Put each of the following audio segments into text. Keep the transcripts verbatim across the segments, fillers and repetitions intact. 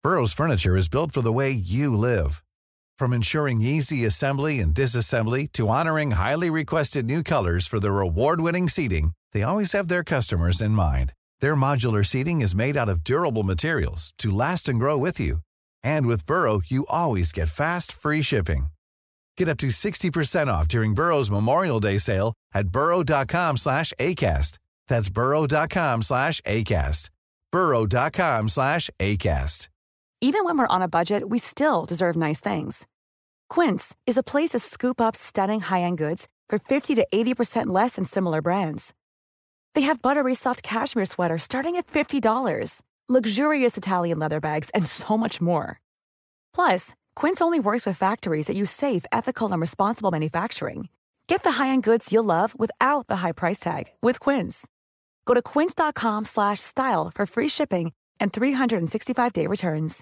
Burrow's furniture is built for the way you live. From ensuring easy assembly and disassembly to honoring highly requested new colors for their award-winning seating, they always have their customers in mind. Their modular seating is made out of durable materials to last and grow with you. And with Burrow, you always get fast, free shipping. Get up to sixty percent off during Burrow's Memorial Day sale at burrow.com slash ACAST. That's burrow.com slash ACAST. burrow.com slash ACAST. Even when we're on a budget, we still deserve nice things. Quince is a place to scoop up stunning high-end goods for fifty to eighty percent less than similar brands. They have buttery soft cashmere sweaters starting at fifty dollars, luxurious Italian leather bags, and so much more. Plus, Quince only works with factories that use safe, ethical, and responsible manufacturing. Get the high-end goods you'll love without the high price tag with Quince. Go to quince.com slash style for free shipping and three sixty-five day returns.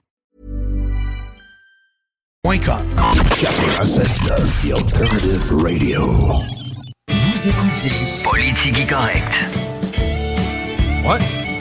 .com quatre-vingt-seize neuf, The Alternative Radio. Vous écoutez Politique Correcte. Ouais.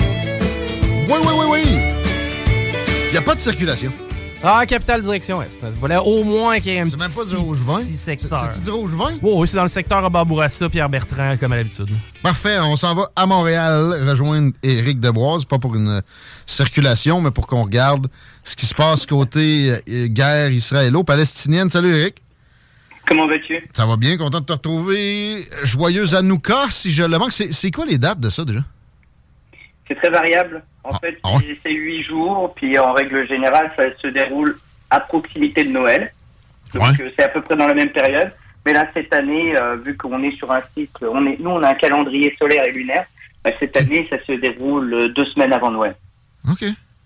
Oui, oui, oui, oui. Il n'y a pas de circulation. Ah, Capitale Direction Est. Ça voulait au moins qu'il y ait un c'est petit, même pas du Rouge-Vin? petit secteur. C'est, c'est du Rouge-Vin? Oui, oui, c'est dans le secteur à Barbourassa, Pierre-Bertrand, comme à l'habitude. Parfait, on s'en va à Montréal rejoindre Éric Debroise, pas pour une circulation, mais pour qu'on regarde ce qui se passe côté euh, guerre israélo-palestinienne. Salut Éric. Comment vas-tu? Ça va bien, content de te retrouver. Joyeuse Hanouka, si je le manque. C'est, c'est quoi les dates de ça déjà? C'est très variable. En ah, fait, ah ouais. c'est huit jours, puis en règle générale, ça se déroule à proximité de Noël. Donc, ouais. euh, c'est à peu près dans la même période. Mais là, cette année, euh, vu qu'on est sur un cycle, on est, nous, on a un calendrier solaire et lunaire, bah, cette année, ça se déroule euh, deux semaines avant Noël. OK.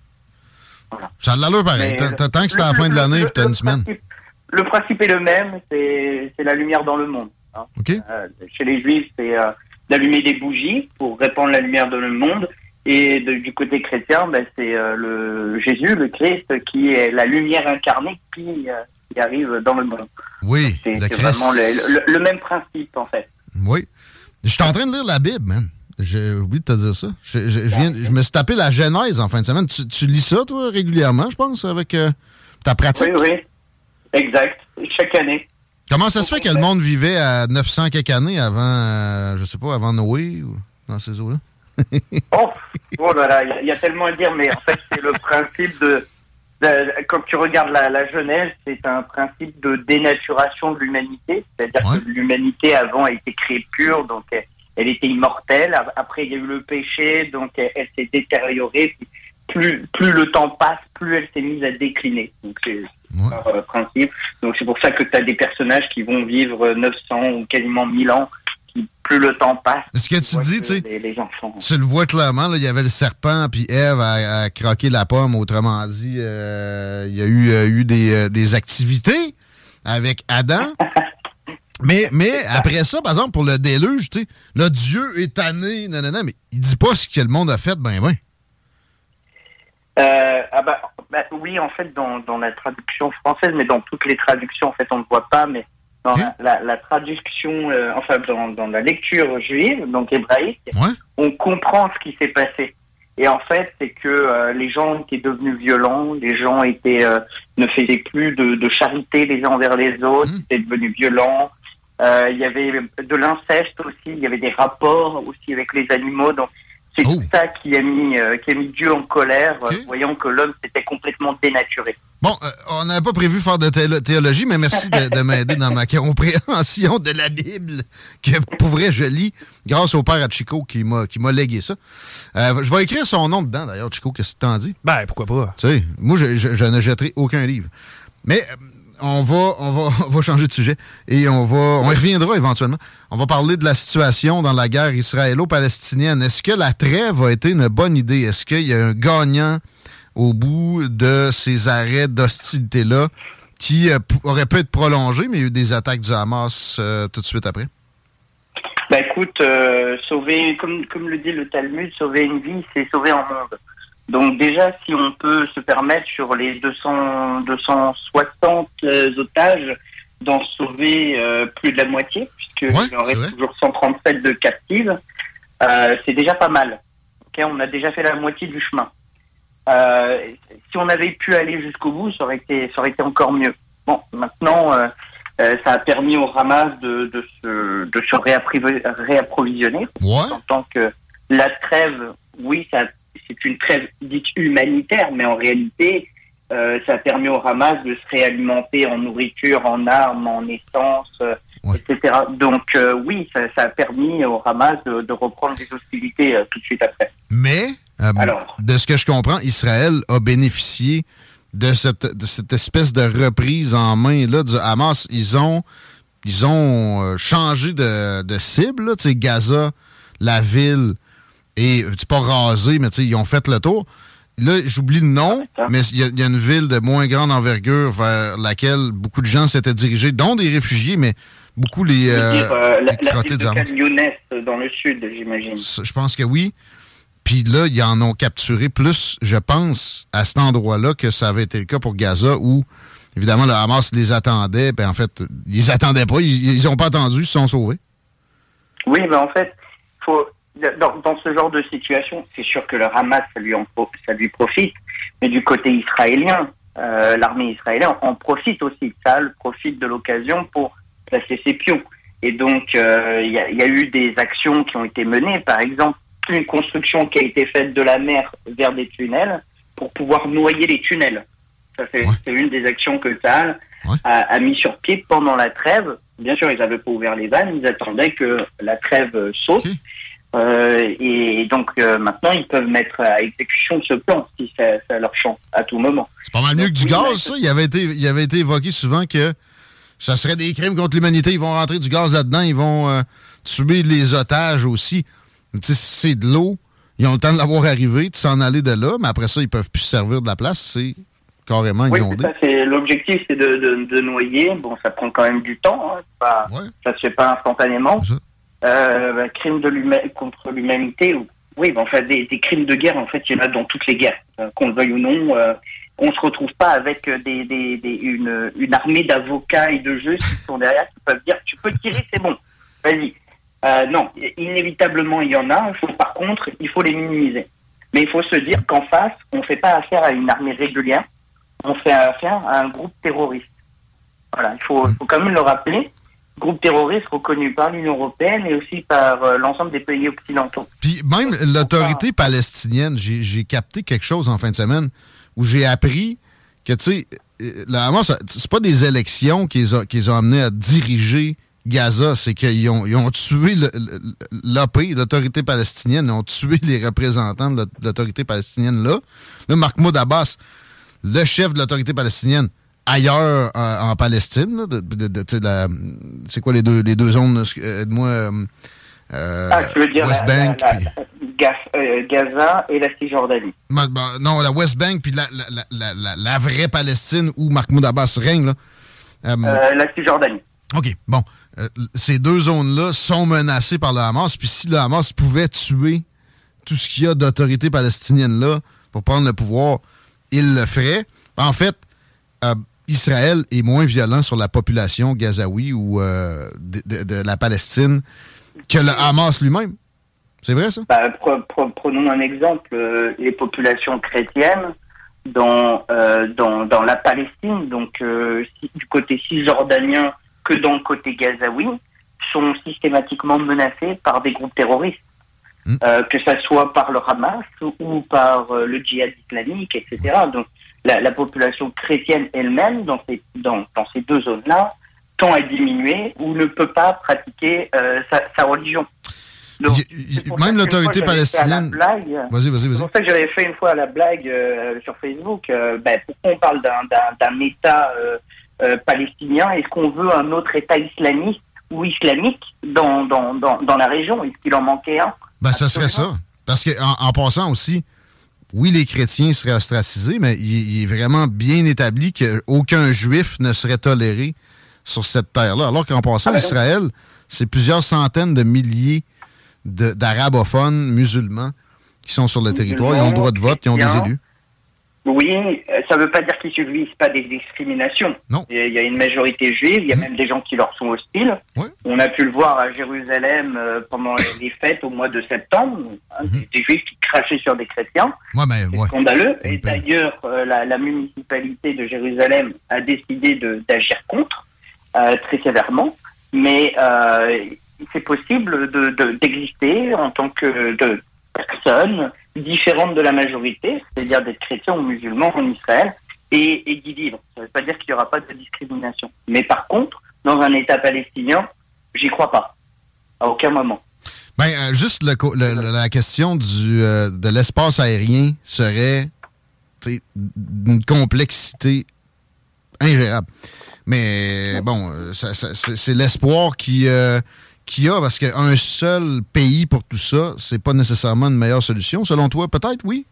Voilà. Ça a de l'allure pareil. Tant, tant que c'est à la fin de l'année, puis t'as une semaine. Principe, le principe est le même, c'est, c'est la lumière dans le monde. Hein. OK. Euh, chez les Juifs, c'est euh, d'allumer des bougies pour répandre la lumière dans le monde. Et de, du côté chrétien, ben, c'est euh, le Jésus, le Christ, qui est la lumière incarnée qui, euh, qui arrive dans le monde. Oui, c'est, le c'est Christ. vraiment le, le, le même principe, en fait. Oui. Je suis en train de lire la Bible, man. J'ai oublié de te dire ça. Je, je, je, viens, je me suis tapé la Genèse en fin de semaine. Tu, tu lis ça, toi, régulièrement, je pense, avec euh, ta pratique? Oui, oui. Exact. Chaque année. Comment ça se fait que le monde vivait à neuf cents quelques années avant, euh, je sais pas, avant Noé ou dans ces eaux-là? oh, oh là là, il y, y a tellement à dire, mais en fait, c'est le principe de, de quand tu regardes la, la Genèse, c'est un principe de dénaturation de l'humanité, c'est-à-dire ouais. que l'humanité avant a été créée pure, donc elle, elle était immortelle. Après, il y a eu le péché, donc elle, elle s'est détériorée. Plus, plus le temps passe, plus elle s'est mise à décliner. Donc c'est ouais. un euh, principe. Donc c'est pour ça que tu as des personnages qui vont vivre neuf cents ou quasiment mille ans. Plus le temps passe. Ce que tu dis, tu sais, les, les enfants. Tu le vois clairement, il y avait le serpent, puis Ève a, a croqué la pomme. Autrement dit, il euh, y a eu, euh, eu des, euh, des activités avec Adam. mais mais après ça, par exemple, pour le déluge, tu sais, là, Dieu est tanné, nanana, mais il dit pas ce que le monde a fait, ben ben. Euh, ah bah, bah, oui, en fait, dans, dans la traduction française, mais dans toutes les traductions, en fait, on ne voit pas, mais dans okay. la, la, la traduction, euh, enfin dans, dans la lecture juive, donc hébraïque, ouais. on comprend ce qui s'est passé. Et en fait, c'est que euh, les gens étaient devenus violents, les gens étaient euh, ne faisaient plus de, de charité les uns envers les autres, mmh. étaient devenus violents. Euh, il y avait de l'inceste aussi, il y avait des rapports aussi avec les animaux. Donc c'est oh. tout ça qui a mis euh, qui a mis Dieu en colère, okay. euh, voyant que l'homme s'était complètement dénaturé. Bon, euh, on n'avait pas prévu faire de thé- théologie, mais merci de, de m'aider dans ma compréhension de la Bible, que pour vrai, je lis grâce au père à Chico qui m'a, qui m'a légué ça. Euh, je vais écrire son nom dedans, d'ailleurs, Chico, qu'est-ce que tu t'en dis? Ben, pourquoi pas? Tu sais, moi, je, je, je ne jetterai aucun livre. Mais on va, on va, on va changer de sujet et on va, on y reviendra éventuellement. On va parler de la situation dans la guerre israélo-palestinienne. Est-ce que la trêve a été une bonne idée? Est-ce qu'il y a un gagnant au bout de ces arrêts d'hostilité-là qui euh, p- auraient pu être prolongés, mais il y a eu des attaques du Hamas euh, tout de suite après? Ben écoute, euh, sauver, comme, comme le dit le Talmud, sauver une vie, c'est sauver un monde. Donc déjà, si on peut se permettre sur les deux cents, deux cent soixante euh, otages d'en sauver euh, plus de la moitié, puisqu'il ouais, en reste vrai. toujours cent trente-sept de captives, euh, c'est déjà pas mal. Okay, on a déjà fait la moitié du chemin. Euh, si on avait pu aller jusqu'au bout, ça aurait été, ça aurait été encore mieux. Bon, maintenant, euh, euh, ça a permis au Hamas de, de se, de se réappriv- réapprovisionner. Ouais. En tant que la trêve, oui, ça, c'est une trêve dite humanitaire, mais en réalité, euh, ça a permis au Hamas de se réalimenter en nourriture, en armes, en essence, euh, ouais. et cetera. Donc, euh, oui, ça, ça a permis au Hamas de, de reprendre les hostilités euh, tout de suite après. Mais, euh, Alors, de ce que je comprends, Israël a bénéficié de cette, de cette espèce de reprise en main là, du Hamas. Ils ont, ils ont euh, changé de, de cible, là, tu sais, Gaza, la ville, et c'est pas rasé, mais tu sais, ils ont fait le tour. Là, j'oublie le nom, mais il y, y a une ville de moins grande envergure vers laquelle beaucoup de gens s'étaient dirigés, dont des réfugiés, mais beaucoup les, euh, dire, euh, les la, la crottés ville du de Hamas. Khan Younes, dans le sud, j'imagine. Je pense que oui. Puis là, ils en ont capturé plus, je pense, à cet endroit-là que ça avait été le cas pour Gaza, où, évidemment, le Hamas les attendait. Ben, en fait, ils les attendaient pas. Ils n'ont pas attendu, ils se sont sauvés. Oui, mais en fait, faut, dans, dans ce genre de situation, c'est sûr que le Hamas, ça lui, en, ça lui profite. Mais du côté israélien, euh, l'armée israélienne en profite aussi. Ça profite de l'occasion pour placer ses pions. Et donc, il euh, y, a, y a eu des actions qui ont été menées. Par exemple, une construction qui a été faite de la mer vers des tunnels pour pouvoir noyer les tunnels. Ça, c'est, ouais. c'est une des actions que Tsahal ouais. a, a mis sur pied pendant la trêve. Bien sûr, ils n'avaient pas ouvert les vannes, ils attendaient que la trêve saute. Okay. Euh, et donc, euh, maintenant, ils peuvent mettre à exécution ce plan si ça, ça leur chante à tout moment. C'est pas mal mieux donc, que du oui, gaz, ça. Il avait, été, il avait été évoqué souvent que ça serait des crimes contre l'humanité. Ils vont rentrer du gaz là-dedans, ils vont euh, tuer les otages aussi. Tu sais, c'est de l'eau, ils ont le temps de l'avoir arrivé, de s'en aller de là, mais après ça, ils peuvent plus se servir de la place, c'est carrément oui, inondé. Ça, c'est, l'objectif, c'est de, de, de noyer. Bon, ça prend quand même du temps, hein. Pas, ouais. Ça se fait pas instantanément. Euh, bah, crime de l'huma- contre l'humanité, oui, bah, en fait, des, des crimes de guerre, en fait, il y en a dans toutes les guerres, euh, qu'on le veuille ou non. Euh, on se retrouve pas avec des, des, des, une, une armée d'avocats et de juges qui sont derrière, qui peuvent dire, tu peux tirer, c'est bon, vas-y. Euh, non, inévitablement il y en a. Il faut, par contre, il faut les minimiser. Mais il faut se dire qu'en face, on ne fait pas affaire à une armée régulière, on fait affaire à un groupe terroriste. Voilà, il faut, faut quand même le rappeler. Groupe terroriste reconnu par l'Union européenne et aussi par euh, l'ensemble des pays occidentaux. Puis même l'autorité palestinienne, j'ai, j'ai capté quelque chose en fin de semaine où j'ai appris que, tu sais, le Hamas, c'est pas des élections qui les ont, qui les ont amenés à diriger Gaza, c'est qu'ils ont, ils ont tué le, l'A P, l'autorité palestinienne, ils ont tué les représentants de l'autorité palestinienne là. Là, Mahmoud Abbas, le chef de l'autorité palestinienne, ailleurs euh, en Palestine, là, de, de, de, de la, c'est quoi les deux, les deux zones, aide-moi, euh, ah, je veux dire West la, Bank. La, la, puis... Gaza, euh, Gaza et la Cisjordanie. Ben, ben, non, la West Bank, puis la, la, la, la, la vraie Palestine où Mahmoud Abbas règne, là. Euh, euh, la Cisjordanie. OK, bon. Euh, ces deux zones-là sont menacées par le Hamas, puis si le Hamas pouvait tuer tout ce qu'il y a d'autorité palestinienne là pour prendre le pouvoir, il le ferait. En fait, euh, Israël est moins violent sur la population gazaoui ou euh, de, de, de la Palestine que le Hamas lui-même. C'est vrai, ça? Bah, pre, pre, prenons un exemple. Euh, les populations chrétiennes dans, euh, dans, dans la Palestine, donc euh, si, du côté cisjordanien, que dans le côté gazaoui, sont systématiquement menacés par des groupes terroristes, mmh. euh, que ça soit par le Hamas ou par euh, le djihad islamique, et cetera. Donc, la, la population chrétienne elle-même, dans ces, dans, dans ces deux zones-là, tend à diminuer ou ne peut pas pratiquer euh, sa, sa religion. Donc, y, y, même l'autorité palestinienne... Blague, vas-y, vas-y, vas-y. C'est pour ça que j'avais fait une fois la blague euh, sur Facebook. Euh, ben, pourquoi on parle d'un, d'un, d'un État... Euh, Euh, palestinien, est-ce qu'on veut un autre État islamiste ou islamique dans, dans, dans, dans la région? Est-ce qu'il en manquait un? Ben, ce serait ça. Parce qu'en en passant aussi, oui, les chrétiens seraient ostracisés, mais il, il est vraiment bien établi qu'aucun juif ne serait toléré sur cette terre-là. Alors qu'en passant, ah, Israël, c'est plusieurs centaines de milliers de, d'arabophones musulmans qui sont sur le territoire. Ils ont le droit de vote, ils ont des élus. Oui, ça ne veut pas dire qu'ils ne subissent pas des discriminations. Non. Il y a une majorité juive, il y a mmh. même des gens qui leur sont hostiles. Ouais. On a pu le voir à Jérusalem euh, pendant les fêtes au mois de septembre, hein, mmh. des, des juifs qui crachaient sur des chrétiens. Ouais, mais, C'est ouais. scandaleux. Ouais, Et ben... d'ailleurs, euh, la, la municipalité de Jérusalem a décidé de, d'agir contre, euh, très sévèrement. Mais euh, c'est possible de, de, d'exister en tant que de personnes différentes de la majorité, c'est-à-dire d'être chrétiens ou musulmans en Israël, et, et d'y vivre. Ça ne veut pas dire qu'il n'y aura pas de discrimination. Mais par contre, dans un État palestinien, j'y crois pas. À aucun moment. Ben, euh, juste le, le, la question du, euh, de l'espace aérien serait d'une complexité ingérable. Mais bon, ça, ça, c'est, c'est l'espoir qui... Euh, qu'il y a, parce qu'un seul pays pour tout ça, c'est pas nécessairement une meilleure solution. Selon toi, peut-être, oui?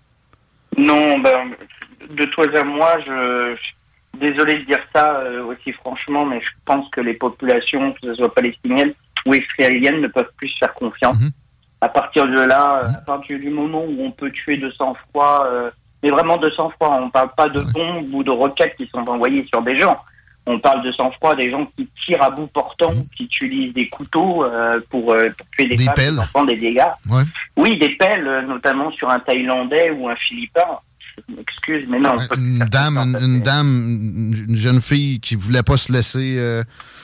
Non, ben, de toi à moi, je, je désolé de dire ça euh, aussi franchement, mais je pense que les populations, que ce soit palestiniennes ou israéliennes, ne peuvent plus se faire confiance. Mm-hmm. À partir de là, mm-hmm. à partir du moment où on peut tuer de sang-froid, euh, mais vraiment de sang-froid, on parle pas de ouais. bombes ou de roquettes qui sont envoyées sur des gens. On parle de sang-froid, des gens qui tirent à bout portant, mmh. qui utilisent des couteaux euh, pour, euh, pour tuer des, des femmes, pelles. des enfants, des dégâts. Ouais. Oui, des pelles, euh, notamment sur un Thaïlandais ou un Philippin. Je m'excuse, mais non. Ouais, une dame, une, une dame, une jeune fille qui voulait pas se laisser euh,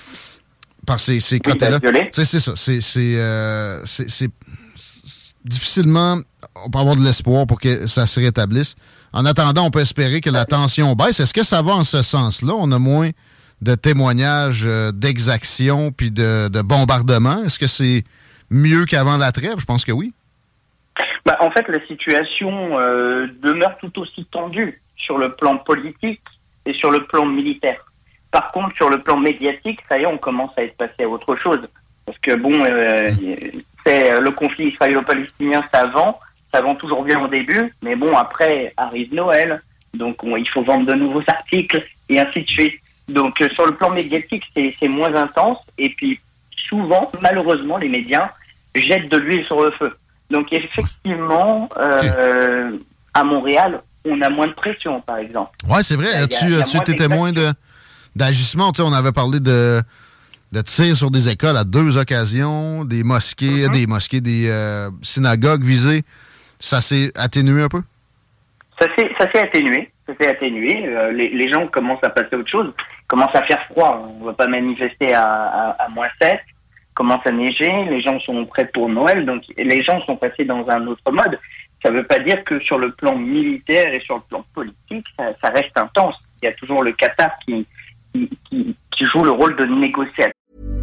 par ces, ces oui, côtés-là. Tu sais, c'est ça. C'est, c'est, euh, c'est, c'est, c'est difficilement, on peut avoir de l'espoir pour que ça se rétablisse. En attendant, on peut espérer que la tension baisse. Est-ce que ça va en ce sens-là? On a moins de témoignages euh, d'exactions puis de, de bombardements. Est-ce que c'est mieux qu'avant la trêve? Je pense que oui. Bah, en fait, la situation euh, demeure tout aussi tendue sur le plan politique et sur le plan militaire. Par contre, sur le plan médiatique, ça y est, on commence à être passé à autre chose. Parce que, bon, euh, mmh. c'est, le conflit israélo-palestinien, ça vend, ça vend toujours bien au début, mais bon, après arrive Noël, donc on, il faut vendre de nouveaux articles, et ainsi de suite. Donc, euh, sur le plan médiatique, c'est, c'est moins intense. Et puis, souvent, malheureusement, les médias jettent de l'huile sur le feu. Donc, effectivement, euh, okay. à Montréal, on a moins de pression, par exemple. Oui, c'est vrai. As-tu, as-tu été témoin de, d'agissement? Tu sais, on avait parlé de, de tirs sur des écoles à deux occasions, des mosquées, mm-hmm. des mosquées, des euh, synagogues visées. Ça s'est atténué un peu? Ça s'est, ça s'est atténué. Ça s'est atténué. Euh, les, les gens commencent à passer à autre chose. Commence à faire froid. On ne va pas manifester à, à, à moins sept. Commence à neiger. Les gens sont prêts pour Noël. Donc, les gens sont passés dans un autre mode. Ça ne veut pas dire que sur le plan militaire et sur le plan politique, ça, ça reste intense. Il y a toujours le Qatar qui, qui, qui, qui joue le rôle de négociateur.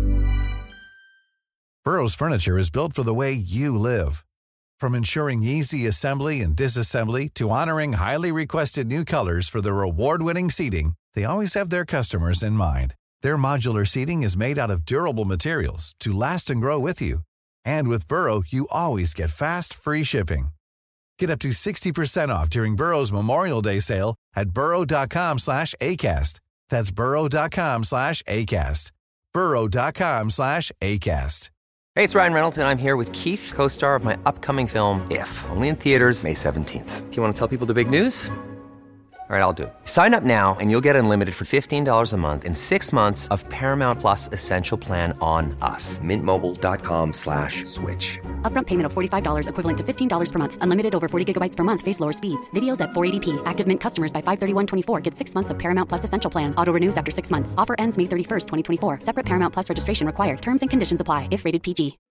Burrow's furniture is built for the way you live. From ensuring easy assembly and disassembly to honoring highly requested new colors for their award-winning seating, they always have their customers in mind. Their modular seating is made out of durable materials to last and grow with you. And with Burrow, you always get fast, free shipping. Get up to sixty percent off during Burrow's Memorial Day sale at burrow.com slash ACAST. That's burrow.com slash ACAST. burrow.com slash ACAST. Hey, it's Ryan Reynolds, and I'm here with Keith, co-star of my upcoming film, If, only in theaters May seventeenth. Do you want to tell people the big news? All right, I'll do it. Sign up now and you'll get unlimited for fifteen dollars a month and six months of Paramount Plus Essential Plan on us. Mint Mobile dot com slash switch. Upfront payment of forty-five dollars equivalent to fifteen dollars per month. Unlimited over forty gigabytes per month. Face lower speeds. Videos at four eighty p. Active Mint customers by five thirty-one twenty-four get six months of Paramount Plus Essential Plan. Auto renews after six months. Offer ends May thirty-first, twenty twenty-four. Separate Paramount Plus registration required. Terms and conditions apply if rated P G.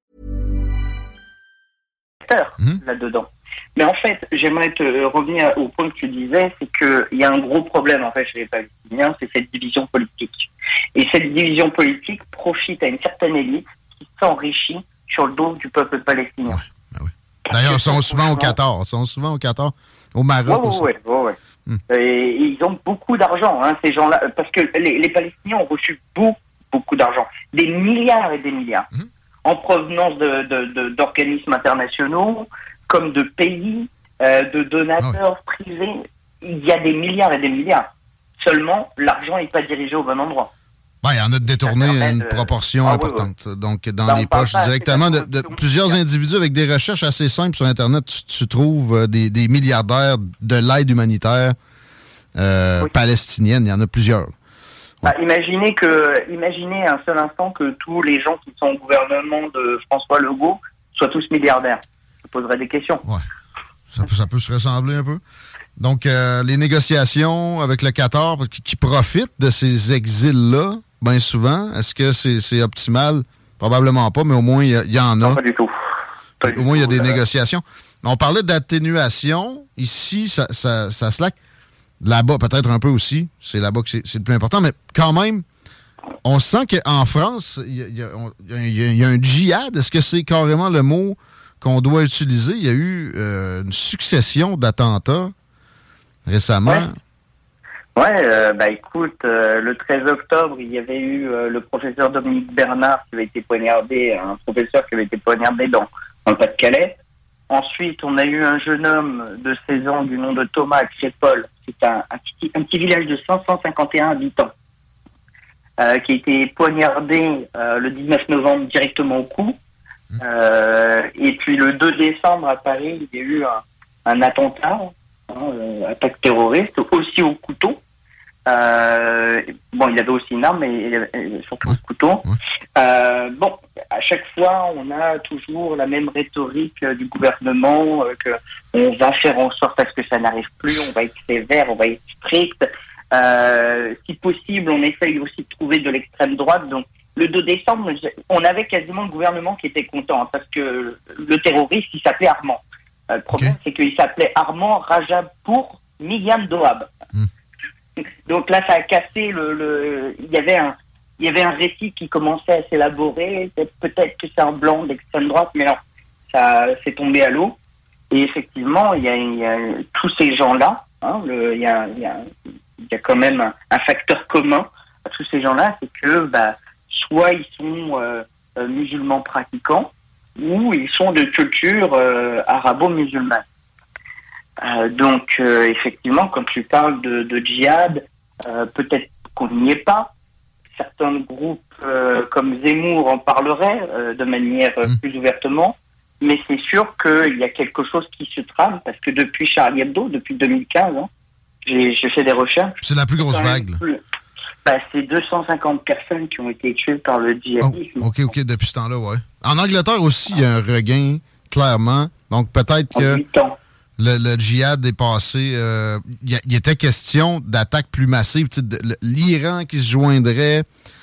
Mmh. Là-dedans. Mais en fait, j'aimerais te revenir au point que tu disais, c'est qu'il y a un gros problème en fait chez les Palestiniens, c'est cette division politique. Et cette division politique profite à une certaine élite qui s'enrichit sur le dos du peuple palestinien. Ouais, ben oui. D'ailleurs, ils sont souvent au Qatar, ils sont souvent au Qatar, au Maroc ouais, aussi. Oui, oui, oui. Mmh. Et ils ont beaucoup d'argent, hein, ces gens-là, parce que les, les Palestiniens ont reçu beaucoup, beaucoup d'argent, des milliards et des milliards. Mmh. En provenance de, de, de, d'organismes internationaux, comme de pays, euh, de donateurs oh oui. privés. Il y a des milliards et des milliards. Seulement, l'argent n'est pas dirigé au bon endroit. Ben, il y en a détourné une euh, proportion ah, importante. oui, oui. Donc, dans Ben, les on parle poches pas assez directement de, de de corruption plusieurs fiscale. individus avec des recherches assez simples sur Internet, tu, tu trouves euh, des, des milliardaires de l'aide humanitaire euh, Oui. palestinienne. Il y en a plusieurs. Bah, imaginez que, imaginez un seul instant que tous les gens qui sont au gouvernement de François Legault soient tous milliardaires. Je poserais des questions. Ouais. Ça peut, ça peut se ressembler un peu. Donc, euh, les négociations avec le Qatar qui, qui profitent de ces exils-là, bien souvent, est-ce que c'est, c'est optimal? Probablement pas, mais au moins, il y, y en a. Non, pas du tout. Pas au du moins, il y a tout, des euh, négociations. On parlait d'atténuation. Ici, ça, ça, ça slack. Là-bas, peut-être un peu aussi. C'est là-bas que c'est, c'est le plus important. Mais quand même, on sent qu'en France, il y a, y a- on- y a- y a un djihad. Est-ce que c'est carrément le mot qu'on doit utiliser? Il y a eu euh, une succession d'attentats récemment. Ouais. Ouais, euh, bah écoute, euh, le treize octobre, il y avait eu euh, le professeur Dominique Bernard qui avait été poignardé, un professeur qui avait été poignardé dans, dans le Pas-de-Calais. Ensuite, on a eu un jeune homme de seize ans du nom de Thomas à Crépol. C'est un, un, petit, un petit village de cinq cent cinquante et un habitants euh, qui a été poignardé euh, le dix-neuf novembre directement au cou. Euh, et puis le deux décembre à Paris, il y a eu un, un attentat, hein, euh, attaque terroriste, aussi au couteau. Euh, bon, il avait aussi une arme, mais il avait, euh, surtout le couteau. Euh, bon, à chaque fois, on a toujours la même rhétorique euh, du gouvernement, euh, que on va faire en sorte à ce que ça n'arrive plus, on va être sévère, on va être strict. Euh, si possible, on essaye aussi de trouver de l'extrême droite. Donc, le deux décembre, on avait quasiment le gouvernement qui était content, hein, parce que le terroriste, il s'appelait Armand. Euh, le problème, okay. c'est qu'il s'appelait Armand Rajapour Miyam Doab. Mm. Donc là, ça a cassé le, le. Il y avait un, il y avait un récit qui commençait à s'élaborer. Peut-être que c'est un blanc d'extrême droite, mais non, ça s'est tombé à l'eau. Et effectivement, il y a, il y a tous ces gens-là. Hein, le, il y a, il y a, il y a quand même un, un facteur commun à tous ces gens-là, c'est que, bah, soit ils sont euh, euh, musulmans pratiquants, ou ils sont de culture euh, arabo-musulmane. Euh, donc, euh, effectivement, quand tu parles de, de djihad, euh, peut-être qu'on n'y est pas. Certains groupes euh, comme Zemmour en parleraient euh, de manière euh, plus ouvertement, mais c'est sûr qu'il y a quelque chose qui se trame, parce que depuis Charlie Hebdo, depuis deux mille quinze, hein, j'ai, j'ai fait des recherches. C'est la plus grosse vague. Plus, bah, c'est deux cent cinquante personnes qui ont été tuées par le djihadisme. Oh, OK, OK, depuis ce temps-là, ouais. En Angleterre aussi, il y a un regain, clairement. Donc, peut-être que le, le djihad est passé... Euh, il, il était question d'attaques plus massives. De, le, L'Iran qui se joindrait,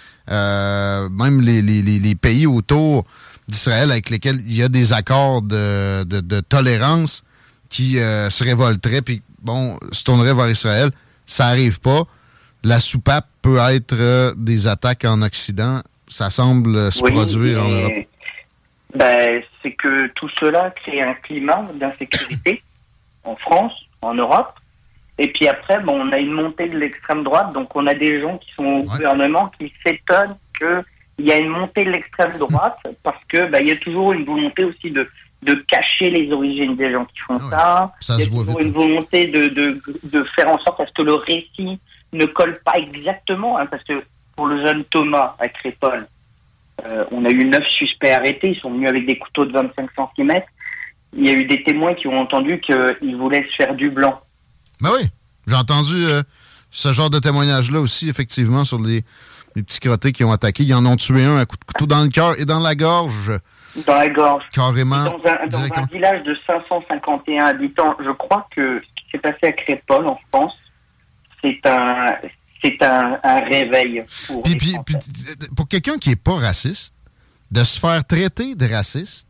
euh, même les, les, les, les pays autour d'Israël avec lesquels il y a des accords de, de, de tolérance qui euh, se révolteraient puis, bon, se tourneraient vers Israël. Ça n'arrive pas. La soupape peut être euh, des attaques en Occident. Ça semble se oui, produire en Europe. Ben, c'est que tout cela crée un climat d'insécurité en France, en Europe. Et puis après, bon, on a une montée de l'extrême droite. Donc, on a des gens qui sont au ouais. gouvernement qui s'étonnent qu'il y a une montée de l'extrême droite mmh. parce que ben, il y a toujours une volonté aussi de, de cacher les origines des gens qui font ah ouais. ça. ça. Il y a toujours une volonté de, de, de faire en sorte à ce que le récit ne colle pas exactement. Hein, parce que pour le jeune Thomas à Crépol, euh, on a eu neuf suspects arrêtés. Ils sont venus avec des couteaux de vingt-cinq centimètres. Il y a eu des témoins qui ont entendu qu'ils voulaient se faire du blanc. Ben oui, j'ai entendu euh, ce genre de témoignage-là aussi, effectivement, sur les, les petits crottés qui ont attaqué. Ils en ont tué un à coup de couteau dans le cœur et dans la gorge. Dans la gorge. Carrément. Dans un, dans un village de cinq cent cinquante et un habitants, je crois que ce qui s'est passé à Crépol, en France, c'est un, c'est un, un réveil pour puis, puis, puis, pour quelqu'un qui n'est pas raciste, de se faire traiter de raciste,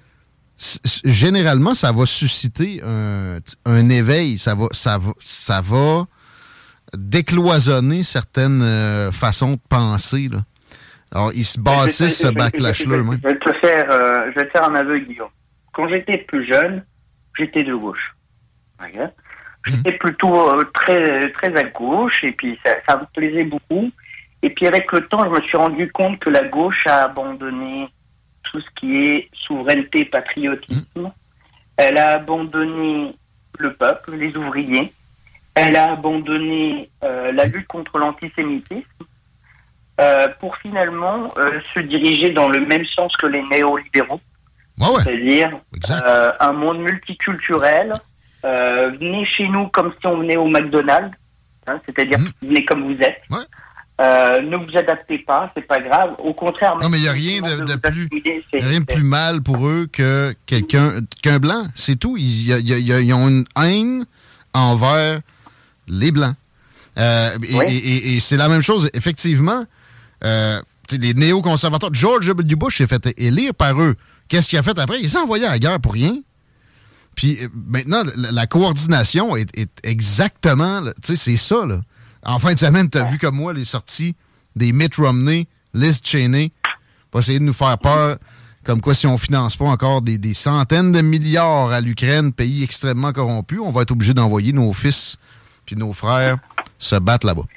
généralement, ça va susciter un, un éveil, ça va, ça va, ça va décloisonner certaines euh, façons de penser, là. Alors, ils se bâtissent ce backlash-là eux-mêmes. Je vais te faire, euh, je vais te faire un aveu, Guillaume. Quand j'étais plus jeune, j'étais de gauche. Okay. J'étais mmh. plutôt euh, très, très à gauche, et puis ça, ça me plaisait beaucoup. Et puis avec le temps, je me suis rendu compte que la gauche a abandonné tout ce qui est souveraineté, patriotisme. Mmh. Elle a abandonné le peuple, les ouvriers. Elle a abandonné euh, la lutte contre l'antisémitisme. euh, pour finalement euh, se diriger dans le même sens que les néolibéraux. Ouais, ouais. C'est-à-dire euh, un monde multiculturel. Euh, venez chez nous comme si on venait au McDonald's, hein, c'est-à-dire mmh. venez comme vous êtes. Ouais. Euh, ne vous adaptez pas, c'est pas grave. Au contraire, non, mais il n'y a rien de, de, de plus, y a rien de plus mal pour eux que quelqu'un, qu'un blanc. C'est tout. Ils, y a, y a, ils ont une haine envers les blancs. Euh, et, oui. et, et, et c'est la même chose, effectivement. Euh, les néoconservateurs, George W. Bush s'est fait élire par eux. Qu'est-ce qu'il a fait après? Il s'est envoyé à la guerre pour rien. Puis maintenant, la, la coordination est, est exactement... Tu sais, c'est ça, là. En fin de semaine, tu as vu comme moi les sorties des Mitt Romney, Liz Cheney, pour essayer de nous faire peur, comme quoi si on finance pas encore des, des centaines de milliards à l'Ukraine, pays extrêmement corrompu, on va être obligé d'envoyer nos fils puis nos frères se battre là-bas.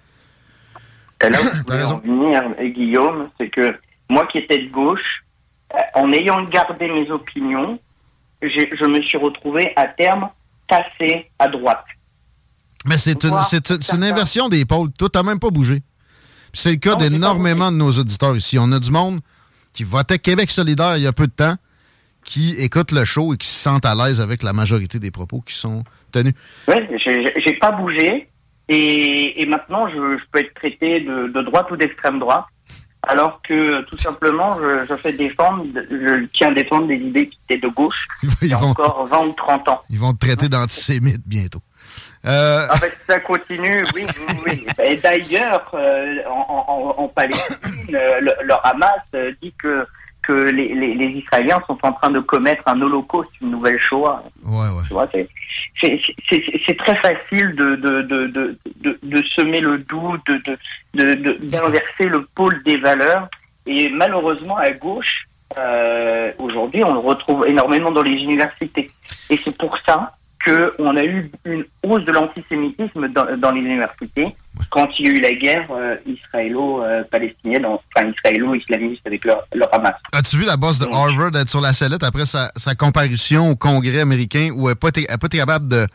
Et là où je voulais en venir, Guillaume, c'est que moi qui étais de gauche, en ayant gardé mes opinions, j'ai, je me suis retrouvé à terme tassé à droite. Mais c'est une, c'est, une, c'est une inversion des pôles. Toi, t'as même pas bougé. Puis c'est le cas non, d'énormément de nos auditeurs ici. On a du monde qui votait Québec solidaire il y a peu de temps, qui écoute le show et qui se sentent à l'aise avec la majorité des propos qui sont tenus. Oui, j'ai, j'ai pas bougé. Et, et maintenant, je, je peux être traité de, de droite ou d'extrême droite. Alors que, tout simplement, je, je fais défendre, je tiens à défendre des idées qui étaient de gauche il y a vont, encore vingt ou trente ans. Ils vont te traiter d'antisémite bientôt. Euh... Ah ben, si ça continue, oui, oui, oui. Et d'ailleurs, euh, en, en, en Palestine, le, le Hamas dit que, que les, les, les Israéliens sont en train de commettre un holocauste, une nouvelle Shoah. Ouais, ouais. Tu vois, c'est, c'est, c'est, c'est très facile de, de, de, de, de, de semer le doute, de, de, de, de, d'inverser le pôle des valeurs. Et malheureusement, à gauche, euh, aujourd'hui, on le retrouve énormément dans les universités. Et c'est pour ça qu'on a eu une hausse de l'antisémitisme dans, dans les universités quand il y a eu la guerre euh, israélo-palestinienne, enfin israélo-islamiste avec le, le Hamas. As-tu vu la boss de Harvard être sur la sellette après sa, sa comparution au Congrès américain où elle n'a pas, pas été capable de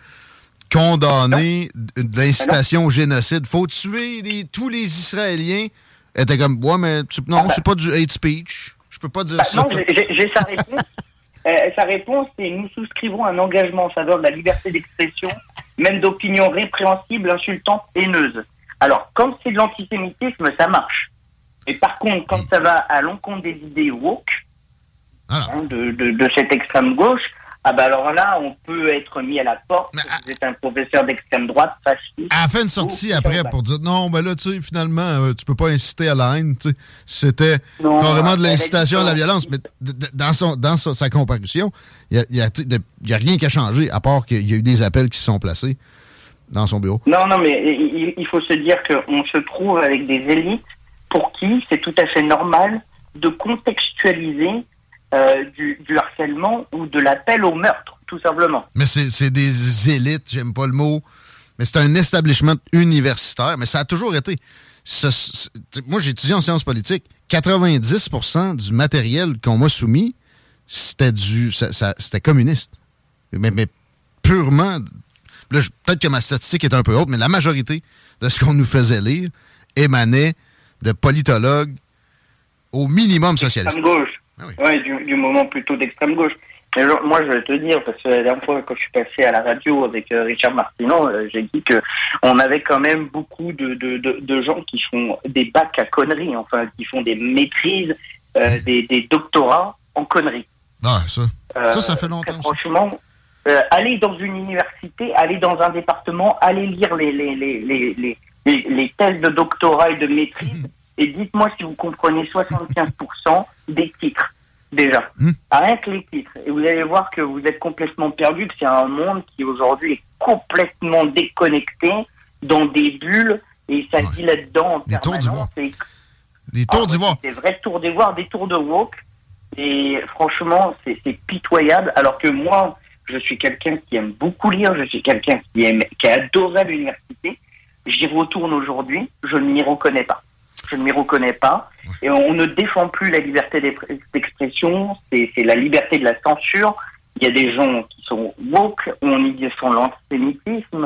condamner non. de l'incitation au génocide? Faut tuer les, tous les Israéliens. Elle était comme, ouais, mais tu, non, ah, c'est pas du hate speech. Je peux pas dire bah, ça. Non, j'ai, j'ai sa réponse. Euh, sa réponse, c'est « Nous souscrivons un engagement en faveur de la liberté d'expression, même d'opinions répréhensibles, insultantes, haineuses. » Alors, quand c'est de l'antisémitisme, ça marche. Mais par contre, quand ça va à l'encontre des idées woke, hein, de, de, de cette extrême gauche, ah ben alors là, on peut être mis à la porte. Mais vous êtes un professeur d'extrême droite, fasciste. Elle a fait une sortie après pour dire non, ben là, tu sais, finalement, euh, tu peux pas inciter à la haine. Tu sais, c'était non, carrément de l'incitation à la violence. Mais d- d- dans, son, dans sa, sa comparution, il n'y a, a, a rien qui a changé, à part qu'il y a eu des appels qui se sont placés dans son bureau. Non, non, mais il, il faut se dire qu'on se trouve avec des élites pour qui c'est tout à fait normal de contextualiser Euh, du, du harcèlement ou de l'appel au meurtre, tout simplement. Mais c'est, c'est des élites, j'aime pas le mot, mais c'est un establishment universitaire, mais ça a toujours été. Ce, ce, moi, j'ai étudié en sciences politiques. quatre-vingt-dix pour cent du matériel qu'on m'a soumis, c'était du, ça, ça, c'était communiste. Mais, mais purement... Là, je, peut-être que ma statistique est un peu haute, mais la majorité de ce qu'on nous faisait lire émanait de politologues au minimum socialistes. Extrême gauche. Ah oui, ouais, du, du moment plutôt d'extrême gauche. Mais genre, moi, je vais te dire, parce que la dernière fois, quand je suis passé à la radio avec euh, Richard Martineau, euh, j'ai dit que on avait quand même beaucoup de, de, de, de gens qui font des bacs à conneries, enfin, qui font des maîtrises, euh, des, des doctorats en conneries. Ah, ça. Euh, ça, ça fait longtemps. Franchement, euh, aller dans une université, aller dans un département, aller lire les, les, les, les, les, les, les thèses de doctorat et de maîtrise, et dites-moi si vous comprenez soixante-quinze pour cent des titres, déjà. Mmh. Rien que les titres. Et vous allez voir que vous êtes complètement perdu, que c'est un monde qui aujourd'hui est complètement déconnecté, dans des bulles, et ça dit ouais. là-dedans en des permanence. Tours d'Ivoire. Et... Des tours ah, d'Ivoire. Des vrais tours d'Ivoire, des tours de woke. Et franchement, c'est, c'est pitoyable. Alors que moi, je suis quelqu'un qui aime beaucoup lire, je suis quelqu'un qui aime, qui a adoré l'université. J'y retourne aujourd'hui, je ne m'y reconnais pas. Je ne m'y reconnais pas. Et on ne défend plus la liberté d'expression, c'est, c'est la liberté de la censure. Il y a des gens qui sont woke, on y défend l'antisémitisme,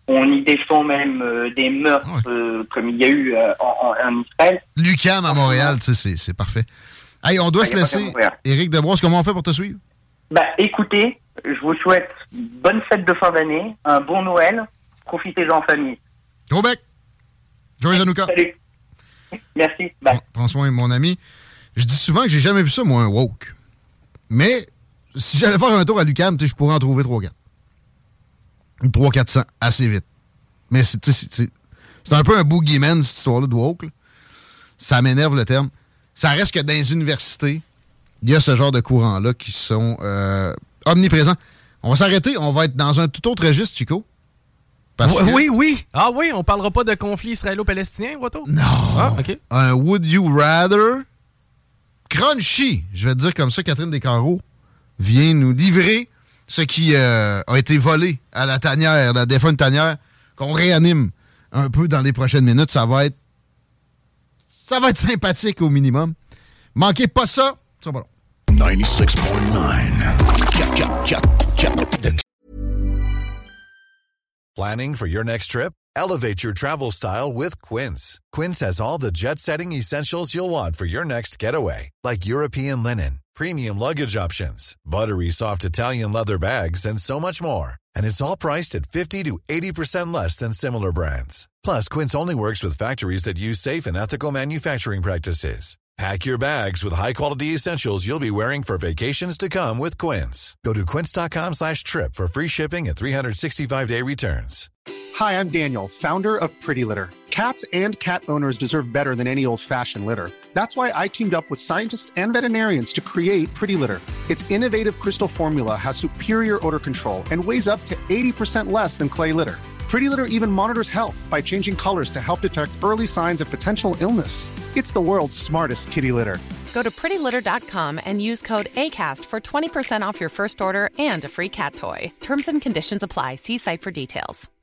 On y défend même euh, des meurtres ouais. euh, comme il y a eu euh, en, en, en Israël. L'U Q A M à Montréal, tu sais, c'est, c'est parfait. Hey, on doit ah, se laisser. Éric Desbrosses, comment on fait pour te suivre? Bah, écoutez, je vous souhaite une bonne fête de fin d'année, un bon Noël, profitez-en en famille. Gros bec! Joyeux Hanouka! Salut! Merci, bye. Bon, prends soin, mon ami. Je dis souvent que j'ai jamais vu ça, moi, un woke. Mais, si j'allais faire un tour à l'U Q A M, je pourrais en trouver trois quatre. trois quatre cents, assez vite. Mais c'est, c'est, c'est, c'est un peu un boogeyman, cette histoire-là de woke. Là. Ça m'énerve le terme. Ça reste que dans les universités, il y a ce genre de courants-là qui sont euh, omniprésents. On va s'arrêter, on va être dans un tout autre registre, Chico. Parce oui, que... oui, oui. Ah oui, on parlera pas de conflit israélo-palestinien, Watto? Non. Ah, OK. Un Would You Rather crunchy, je vais te dire comme ça, Catherine Descarreaux vient nous livrer ce qui euh, a été volé à la tanière, la défunte tanière, qu'on réanime un peu dans les prochaines minutes. Ça va être ça va être sympathique au minimum. Manquez pas ça, ça va long. ninety-six point nine Planning for your next trip? Elevate your travel style with Quince. Quince has all the jet-setting essentials you'll want for your next getaway, like European linen, premium luggage options, buttery soft Italian leather bags, and so much more. And it's all priced at fifty to eighty percent less than similar brands. Plus, Quince only works with factories that use safe and ethical manufacturing practices. Pack your bags with high-quality essentials you'll be wearing for vacations to come with Quince. Go to quince.com slash trip for free shipping and three sixty-five day returns. Hi, I'm Daniel, founder of Pretty Litter. Cats and cat owners deserve better than any old-fashioned litter. That's why I teamed up with scientists and veterinarians to create Pretty Litter. Its innovative crystal formula has superior odor control and weighs up to eighty percent less than clay litter. Pretty Litter even monitors health by changing colors to help detect early signs of potential illness. It's the world's smartest kitty litter. Go to pretty litter dot com and use code ACAST for twenty percent off your first order and a free cat toy. Terms and conditions apply. See site for details.